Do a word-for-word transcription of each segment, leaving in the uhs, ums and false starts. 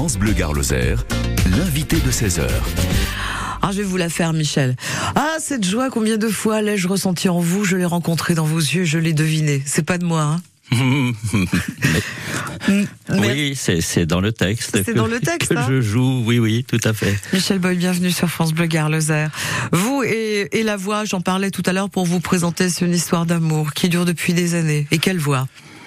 France Bleu Gare Lozère, l'invité de seize heures. Ah, je vais vous la faire, Michel. Ah, cette joie, combien de fois l'ai-je ressenti en vous? Je l'ai rencontré dans vos yeux, je l'ai deviné. C'est pas de moi, hein? Mais, oui, c'est, c'est dans le texte. C'est que, dans le texte, que hein je joue, oui, oui, tout à fait. Michel Boyle, bienvenue sur France Bleu Gare Lozère. Vous et, et la voix, j'en parlais tout à l'heure pour vous présenter, c'est une histoire d'amour qui dure depuis des années. Et quelle voix?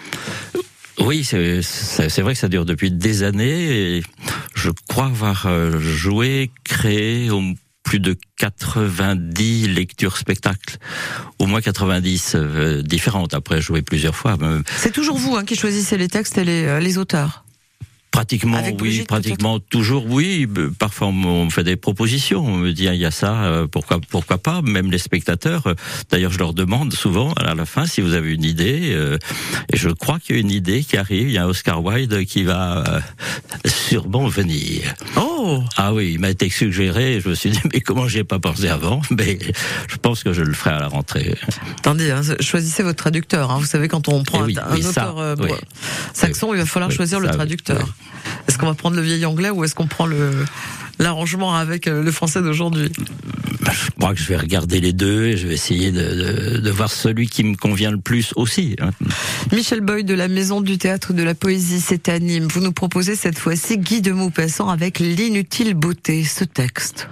Oui, c'est, c'est, c'est vrai que ça dure depuis des années et je crois avoir joué, créé au plus de quatre-vingt-dix lectures spectacles, au moins quatre-vingt-dix euh, différentes. Après, joué plusieurs fois. Mais... C'est toujours vous hein, qui choisissez les textes et les, euh, les auteurs? Pratiquement, Avec oui, Brigitte, pratiquement peut-être. Toujours, oui. Parfois, on me fait des propositions. On me dit, il y a ça, pourquoi, pourquoi pas. Même les spectateurs. D'ailleurs, je leur demande souvent, à la fin, si vous avez une idée. Euh, et je crois qu'il y a une idée qui arrive. Il y a Oscar Wilde qui va euh, sûrement venir. Oh! Ah oui, il m'a été suggéré. Je me suis dit, mais comment j'y ai pas pensé avant? Mais je pense que je le ferai à la rentrée. Attendez, hein, choisissez votre traducteur. Hein. Vous savez, quand on prend Eh oui, un, un oui, ça, auteur euh, oui. saxon, il va falloir Oui, choisir ça, le traducteur. oui. Est-ce qu'on va prendre le vieil anglais ou est-ce qu'on prend le l'arrangement avec le français d'aujourd'hui? Je crois que je vais regarder les deux et je vais essayer de, de, de voir celui qui me convient le plus aussi. Michel Boyle de la Maison du Théâtre de la Poésie, c'est à Nîmes. Vous nous proposez cette fois-ci Guy de Maupassant avec L'inutile beauté, ce texte.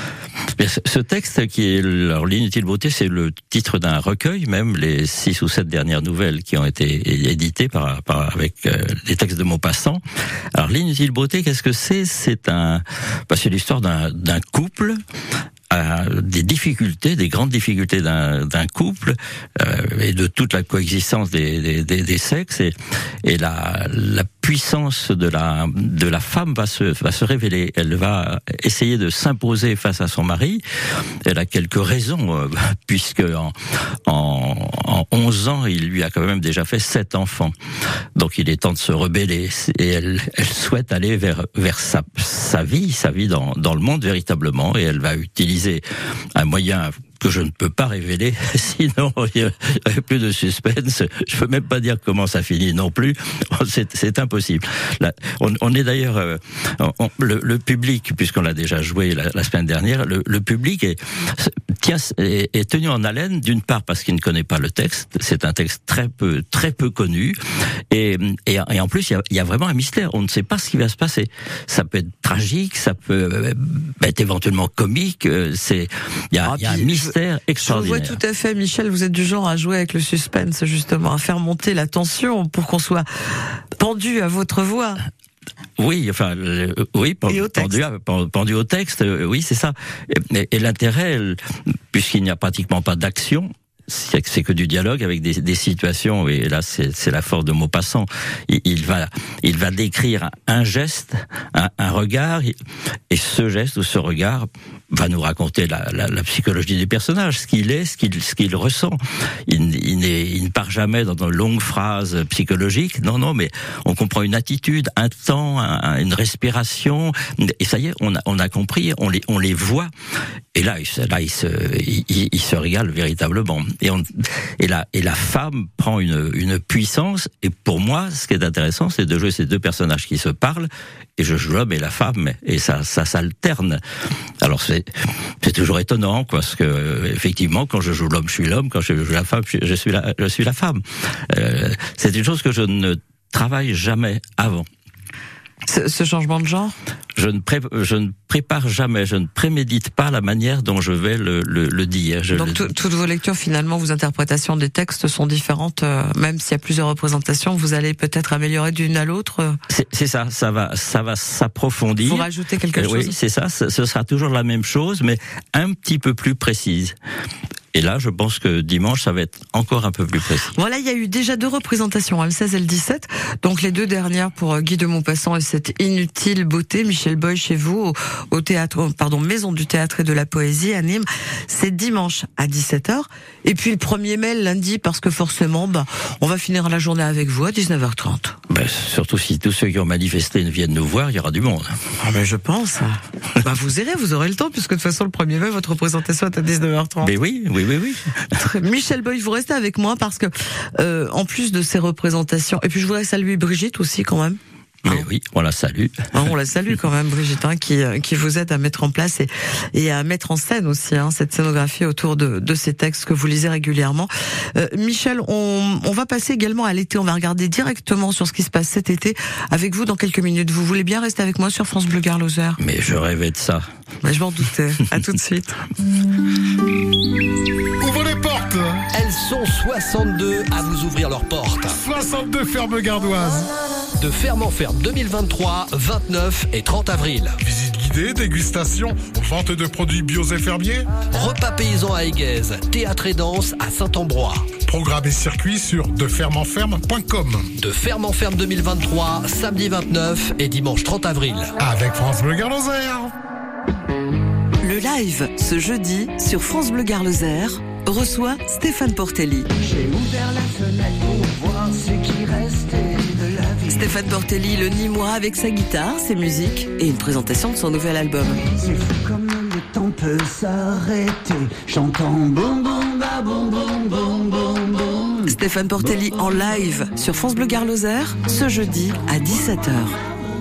Ce texte qui est, alors l'inutile beauté, c'est le titre d'un recueil, même les six ou sept dernières nouvelles qui ont été éditées par, par avec euh, les textes de Maupassant. Alors l'inutile beauté, qu'est-ce que c'est? C'est un, bah, c'est l'histoire d'un, d'un couple. Euh, des difficultés, des grandes difficultés d'un, d'un couple euh, et de toute la coexistence des, des, des, des sexes et, et la, la puissance de la, de la femme va se, va se révéler. Elle va essayer de s'imposer face à son mari. Elle a quelques raisons euh, puisque en, en, en onze ans, il lui a quand même déjà fait sept enfants. Donc il est temps de se rebeller et elle, elle souhaite aller vers, vers sa, sa vie, sa vie dans, dans le monde véritablement et elle va utiliser un moyen que je ne peux pas révéler, sinon il n'y a plus de suspense. Je peux même pas dire comment ça finit non plus. C'est, c'est impossible. Là, on, on est d'ailleurs euh, on, le, le public, puisqu'on l'a déjà joué la, la semaine dernière, le, le public est, tient, est, est tenu en haleine d'une part parce qu'il ne connaît pas le texte. C'est un texte très peu très peu connu et, et, et en plus il y, a, il y a vraiment un mystère. On ne sait pas ce qui va se passer. Ça peut être tragique, ça peut être éventuellement comique. C'est il y a, ah, il y a un mystère. Je vous vois tout à fait, Michel, vous êtes du genre à jouer avec le suspense, justement, à faire monter la tension pour qu'on soit pendu à votre voix. Oui, enfin, euh, oui, pendu, pendu, à, pendu au texte, euh, oui, c'est ça. Et, et l'intérêt, puisqu'il n'y a pratiquement pas d'action, c'est que, c'est que du dialogue avec des, des situations, et là c'est, c'est la force de Maupassant. Il, il va, il va décrire un geste, un, un regard, et ce geste ou ce regard va nous raconter la, la, la psychologie du personnage, ce qu'il est, ce qu'il, ce qu'il ressent. Il, il, n'est, il ne part jamais dans de longues phrases psychologiques. Non, non, mais on comprend une attitude, un temps, un, une respiration, et ça y est, on a, on a compris, on les, on les voit. Et là, il, là, il se, il, il se régale véritablement. Et, on, et, la, et la femme prend une, une puissance. Et pour moi, ce qui est intéressant, c'est de jouer ces deux personnages qui se parlent. Et je joue l'homme et la femme, et ça, ça s'alterne. Alors c'est, c'est toujours étonnant, quoi, parce que effectivement, quand je joue l'homme, je suis l'homme. Quand je joue la femme, je suis la, je suis la femme. Euh, c'est une chose que je ne travaille jamais avant. Ce, ce changement de genre? Je ne, pré, je ne prépare jamais, je ne prémédite pas la manière dont je vais le, le, le dire. Je Donc le... tout, toutes vos lectures, finalement, vos interprétations des textes sont différentes, euh, même s'il y a plusieurs représentations, vous allez peut-être améliorer d'une à l'autre. C'est, c'est ça, ça va, ça va s'approfondir. Vous rajoutez quelque euh, chose? Oui, c'est ça, ce sera toujours la même chose, mais un petit peu plus précise. Et là, je pense que dimanche, ça va être encore un peu plus précis. Voilà, il y a eu déjà deux représentations, hein, le seize et le dix-sept. Donc les deux dernières pour Guy de Maupassant et cette inutile beauté. Michel Boyle chez vous, au, au théâtre, pardon, Maison du Théâtre et de la Poésie à Nîmes. C'est dimanche à dix-sept heures. Et puis le premier mai, lundi, parce que forcément, bah, on va finir la journée avec vous à dix-neuf heures trente. Ben, surtout si tous ceux qui ont manifesté viennent nous voir, il y aura du monde. Ah ben je pense. Bah vous irez, vous aurez le temps, puisque de toute façon le premier mai, votre représentation est à dix-neuf heures trente. Mais oui, oui, oui, oui. Michel Boyle, vous restez avec moi parce que, euh, en plus de ces représentations, et puis je voudrais saluer Brigitte aussi quand même. Mais hein. oui, on la salue. Hein, on la salue quand même, Brigitte, hein, qui, qui vous aide à mettre en place et, et à mettre en scène aussi hein, cette scénographie autour de, de ces textes que vous lisez régulièrement. Euh, Michel, on, on va passer également à l'été. On va regarder directement sur ce qui se passe cet été avec vous dans quelques minutes. Vous voulez bien rester avec moi sur France Bleu Gare Lozère? Mais je rêvais de ça. Mais je m'en doutais. À tout de suite. Ouvrez les portes. Elles sont soixante-deux à vous ouvrir leurs portes. soixante-deux fermes gardoises. De ferme en ferme deux mille vingt-trois, vingt-neuf et trente avril. Visite guidée, dégustation, vente de produits bio et fermiers. Repas paysans à Aiguez, théâtre et danse à Saint-Ambrois. Programme et circuit sur de ferme en ferme point com. De ferme en ferme deux mille vingt-trois, samedi vingt-neuf et dimanche trente avril. Avec France Bleu Gare Lozère. Le live, ce jeudi, sur France Bleu Gare Lozère, reçoit Stéphane Portelli. J'ai ouvert la fenêtre pour voir ce qui restait de la vie. Stéphane Portelli, le Nîmois, avec sa guitare, ses musiques et une présentation de son nouvel album. C'est fou comme le temps peut s'arrêter. J'entends boum boum ba boum boum boum boum boum. Stéphane Portelli en live sur France Bleu Gare Lozère, ce jeudi à dix-sept heures.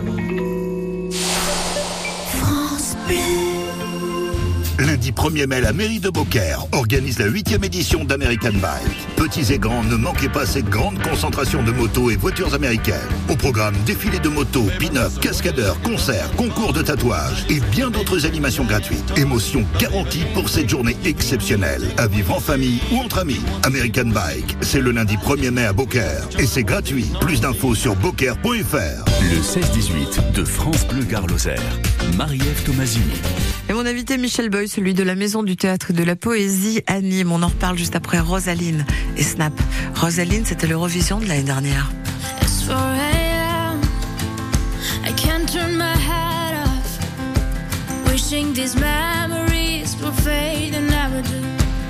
Lundi premier mai, la mairie de Beaucaire organise la huitième édition d'American Bike. Petits et grands, ne manquez pas cette grande concentration de motos et voitures américaines. Au programme, défilé de motos, pin-up, cascadeurs, concerts, concours de tatouage et bien d'autres animations gratuites. Émotion garantie pour cette journée exceptionnelle. À vivre en famille ou entre amis. American Bike, c'est le lundi premier mai à Beaucaire et c'est gratuit. Plus d'infos sur beaucaire point f r. Le seize dix-huit de France Bleu Gare Lozère. Marie-Ève Tomasini. Et mon invité Michel Boy, celui de la Maison du Théâtre et de la Poésie à Nîmes. On en reparle juste après Rosaline et Snap. Rosaline, c'était l'Eurovision de l'année dernière. It's four a.m. I can't turn my head off. Wishing these memories will fade and never do.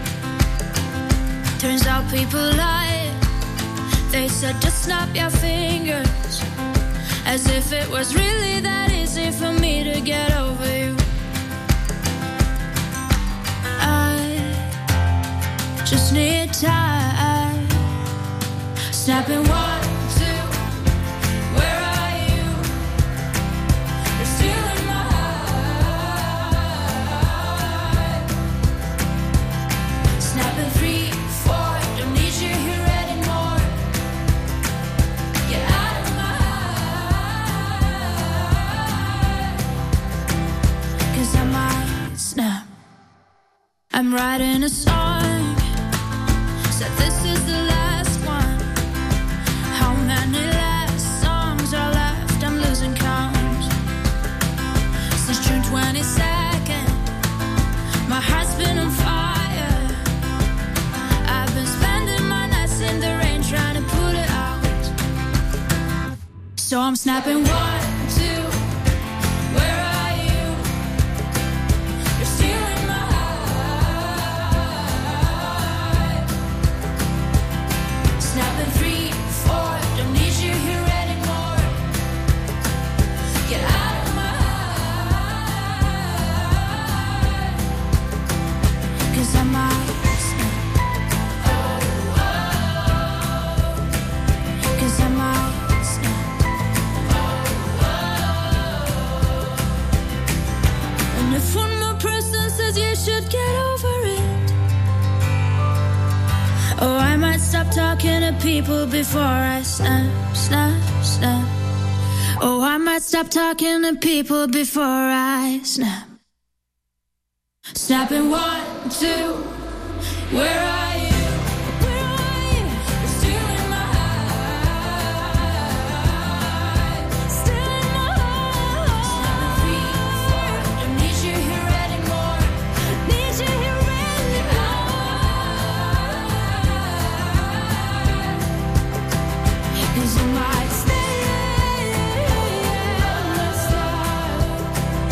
Turns out people lie. They said just snap your fingers. As if it was really that easy for me to get over you. I just need time. Snapping one, two, where are you? You're still in my heart. Snapping three, four, don't need you here anymore. Get out of my heart. 'Cause I might snap. I'm writing a song, said this is the last one. How many last songs are left? I'm losing count. Since June twenty-second, my heart's been on fire. I've been spending my nights in the rain trying to put it out. So I'm snapping one, two, where are you? You're still in my heart. Snapping three, four, don't need you here anymore. Get out of my heart. 'Cause I might snap. Oh, oh. 'Cause I might snap. Oh, oh. And if one more person says you should get over it, oh, I might stop talking to people before I snap, snap, snap. Oh, I might stop talking to people before I snap. Snapping one, two, where are you? Where are you? You're still in my heart. Still in my heart. Snapping three, four, don't need you here anymore. Need you here anymore. 'Cause you might stay in my side.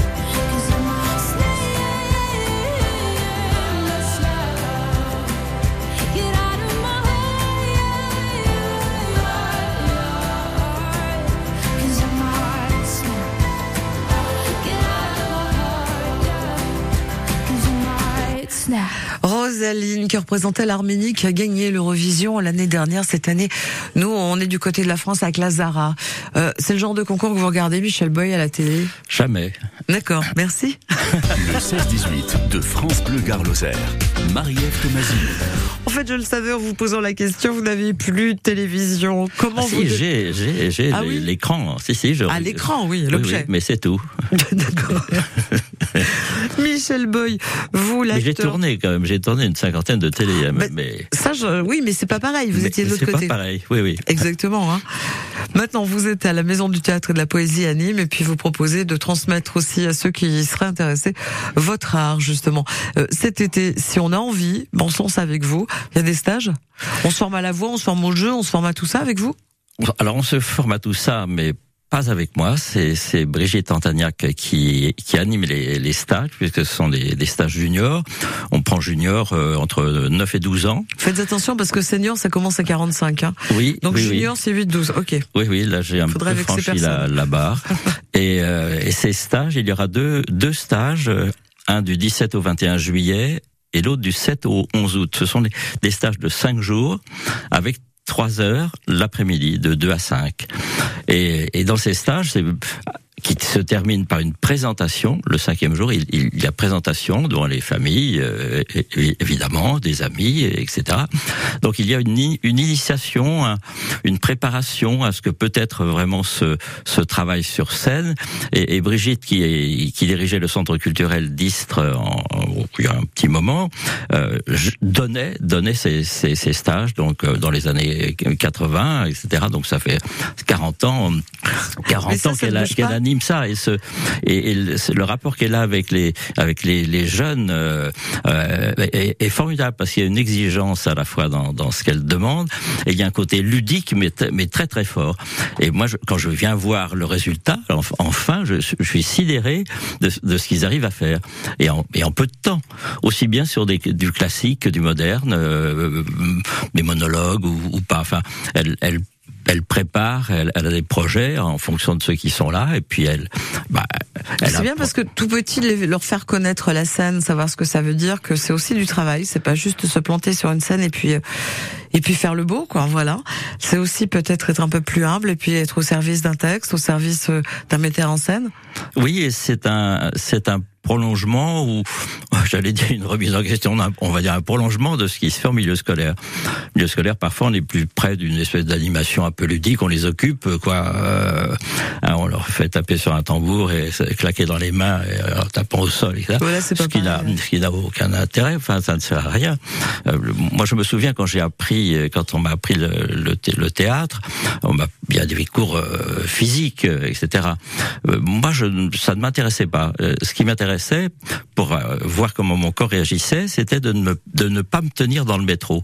'Cause I might stay in my side. Rosaline qui représentait l'Arménie, qui a gagné l'Eurovision l'année dernière. Cette année, nous, on est du côté de la France avec la Zara. Euh, c'est le genre de concours que vous regardez, Michel Boy, à la télé? Jamais. D'accord, merci. Le seize dix-huit de France Bleu Gard Lozère. Marie-Ève Tomazini. En fait, je le savais en vous posant la question, vous n'avez plus de télévision. Comment ah, vous... Si, j'ai, j'ai, j'ai ah, oui l'écran. Si, si, je... Ah, l'écran, oui, l'objet. Oui, oui, mais c'est tout. D'accord. Michel Boy, vous, l'acteur... Mais j'ai tourné quand même, j'ai tourné une cinquantaine de télé. Mais, mais... Ça, je... oui, mais c'est pas pareil, vous mais, étiez de l'autre côté. C'est pas pareil, oui, oui. Exactement. Hein. Maintenant, vous êtes à la Maison du Théâtre et de la Poésie à Nîmes, et puis vous proposez de transmettre aussi à ceux qui y seraient intéressés votre art, justement. Euh, cet été, si on a envie, bon, on se lance avec vous. Il y a des stages. On se forme à la voix, on se forme au jeu, on se forme à tout ça avec vous? Alors, on se forme à tout ça, mais pas avec moi. C'est, c'est Brigitte Antagnac qui, qui anime les, les stages, puisque ce sont des, des stages juniors. On prend junior euh, entre neuf et douze ans. Faites attention parce que senior, ça commence à quarante-cinq. Hein. Oui. Donc oui, junior, oui. c'est huit douze. Ok. Oui, oui. Là, j'ai un Faudrait peu franchi la, la barre. et, euh, et ces stages, il y aura deux, deux stages. Un du dix-sept au vingt et un juillet et l'autre du sept au onze août. Ce sont des, des stages de cinq jours avec trois heures l'après-midi, de deux à cinq. Et, et dans ces stages, c'est, qui se termine par une présentation, le cinquième jour, il, il y a présentation devant les familles, euh, évidemment, des amis, et cetera. Donc il y a une, une initiation, un, une préparation à ce que peut être vraiment ce, ce travail sur scène. Et, et Brigitte, qui, est, qui dirigeait le centre culturel d'Istres en, en, il y a un petit moment, euh, donnait, donnait ces, ces, ces stages, donc euh, dans les années quatre-vingts, et cetera. Donc ça fait quarante ans, quarante ça, ans qu'elle a, qu'elle anime ça, et ce et, et le, le rapport qu'elle a avec les avec les, les jeunes euh, euh, est, est formidable, parce qu'il y a une exigence à la fois dans, dans ce qu'elle demande, et il y a un côté ludique mais mais très très fort. Et moi, je, quand je viens voir le résultat, enfin, je, je suis sidéré de, de ce qu'ils arrivent à faire, et en, et en peu de temps, aussi bien sur des, du classique que du moderne, euh, des monologues ou, ou pas. Enfin, elle elle Elle prépare, elle, elle a des projets en fonction de ceux qui sont là, et puis elle... Bah, elle c'est a... bien parce que tout petit, leur faire connaître la scène, savoir ce que ça veut dire, que c'est aussi du travail, c'est pas juste se planter sur une scène et puis et puis faire le beau, quoi, voilà. C'est aussi peut-être être un peu plus humble et puis être au service d'un texte, au service d'un metteur en scène. Oui, et c'est un, c'est un prolongement, ou j'allais dire une remise en question, on va dire un prolongement de ce qui se fait en milieu scolaire. Milieu scolaire, parfois on est plus près d'une espèce d'animation un peu ludique, on les occupe, quoi. Euh, on leur fait taper sur un tambour et claquer dans les mains et, en tapant au sol, et cetera. Voilà, c'est pas ce qui n'a, ce qui n'a aucun intérêt. Enfin, ça ne sert à rien. Euh, moi, je me souviens quand j'ai appris, quand on m'a appris le, le, le théâtre, on m'a, il y a des cours euh, physiques, et cetera. Euh, moi, je, ça ne m'intéressait pas. Euh, ce qui m'intéressait, pour euh, voir comment mon corps réagissait, c'était de ne, me, de ne pas me tenir dans le métro.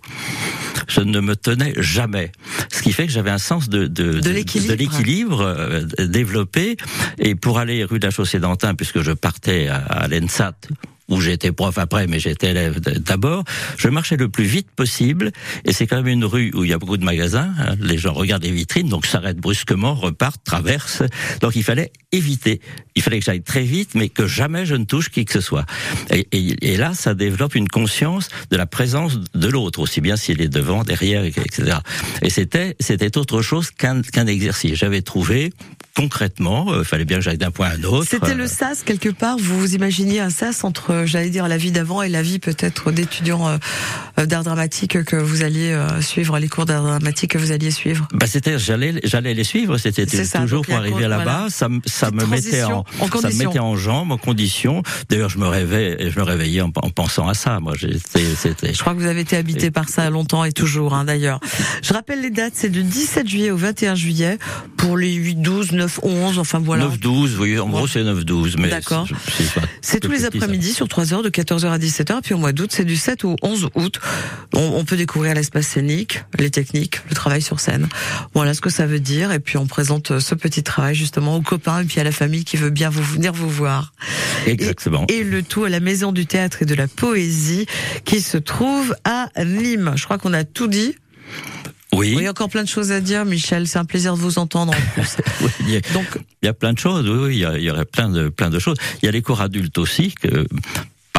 Je ne me tenais jamais. Ce qui fait que j'avais un sens de, de, de l'équilibre, de l'équilibre euh, développé. Et pour aller rue de la Chaussée-d'Antin, puisque je partais à, à l'ENSAT, où j'étais prof après, mais j'étais élève d'abord, je marchais le plus vite possible, et c'est quand même une rue où il y a beaucoup de magasins, hein, les gens regardent les vitrines, donc s'arrêtent brusquement, repartent, traversent, donc il fallait éviter, il fallait que j'aille très vite, mais que jamais je ne touche qui que ce soit. Et, et, et là, ça développe une conscience de la présence de l'autre, aussi bien s'il est devant, derrière, et cetera. Et c'était, c'était autre chose qu'un, qu'un exercice. J'avais trouvé, concrètement, il euh, fallait bien que j'aille d'un point à un autre. C'était le sas, quelque part, vous vous imaginiez un sas entre, j'allais dire, la vie d'avant et la vie peut-être d'étudiant euh, d'art dramatique que vous alliez euh, suivre, les cours d'art dramatique que vous alliez suivre? Bah, c'était, j'allais, j'allais les suivre, c'était ça, toujours pour arriver là-bas, voilà. ça, ça me mettait en, en ça me mettait en jambes, en condition. D'ailleurs, je me rêvais, je me réveillais en, en pensant à ça, moi, j'étais, c'était... Je crois que vous avez été habité et... par ça longtemps et toujours, hein, d'ailleurs. Je rappelle les dates, c'est du dix-sept juillet au vingt et un juillet, pour les huit, douze, neuf, onze, enfin voilà. neuf, douze, oui, en ouais. gros c'est neuf, douze, mais... D'accord. C'est, c'est, c'est tous les après-midi sur trois heures, de quatorze heures à dix-sept heures, et puis au mois d'août, c'est du sept au onze août. On, on peut découvrir l'espace scénique, les techniques, le travail sur scène. Voilà ce que ça veut dire, et puis on présente ce petit travail justement aux copains et puis à la famille qui veut bien vous venir vous voir. Exactement. Et, et le tout à la Maison du Théâtre et de la Poésie qui se trouve à Nîmes. Je crois qu'on a tout dit. Oui. Il y a encore plein de choses à dire, Michel. C'est un plaisir de vous entendre. En plus. oui, il y a, donc, il y a plein de choses. Oui, oui, il y, a, il y aurait plein de plein de choses. Il y a les cours adultes aussi que. Pas,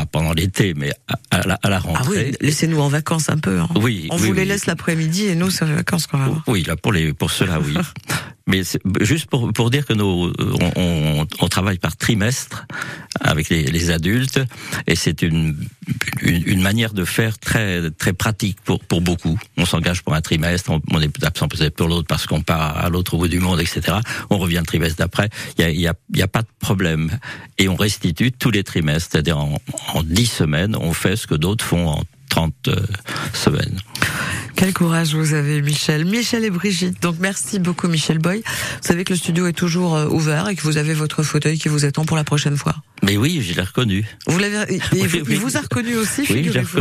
pas pendant l'été, mais à, à, la, à la rentrée. Ah oui, laissez-nous en vacances un peu. Hein. Oui, on oui, vous les oui. laisse l'après-midi et nous, c'est en vacances quand même. Oui, là pour les pour cela, oui. Mais c'est, juste pour pour dire que nos on, on, on travaille par trimestre avec les, les adultes et c'est une, une une manière de faire très très pratique pour pour beaucoup. On s'engage pour un trimestre, on, on est absent peut-être pour l'autre parce qu'on part à l'autre bout du monde, et cetera. On revient le trimestre d'après. Il y a il y a il y a pas de problème et on restitue tous les trimestres, c'est-à-dire en en dix semaines, on fait ce que d'autres font en trente semaines. Quel courage vous avez, Michel. Michel et Brigitte. Donc, merci beaucoup, Michel Boy. Vous savez que le studio est toujours ouvert et que vous avez votre fauteuil qui vous attend pour la prochaine fois. Mais oui, je l'ai reconnu. Vous l'avez, et Oui, vous, oui. il vous a reconnu aussi, Oui, figurez-vous.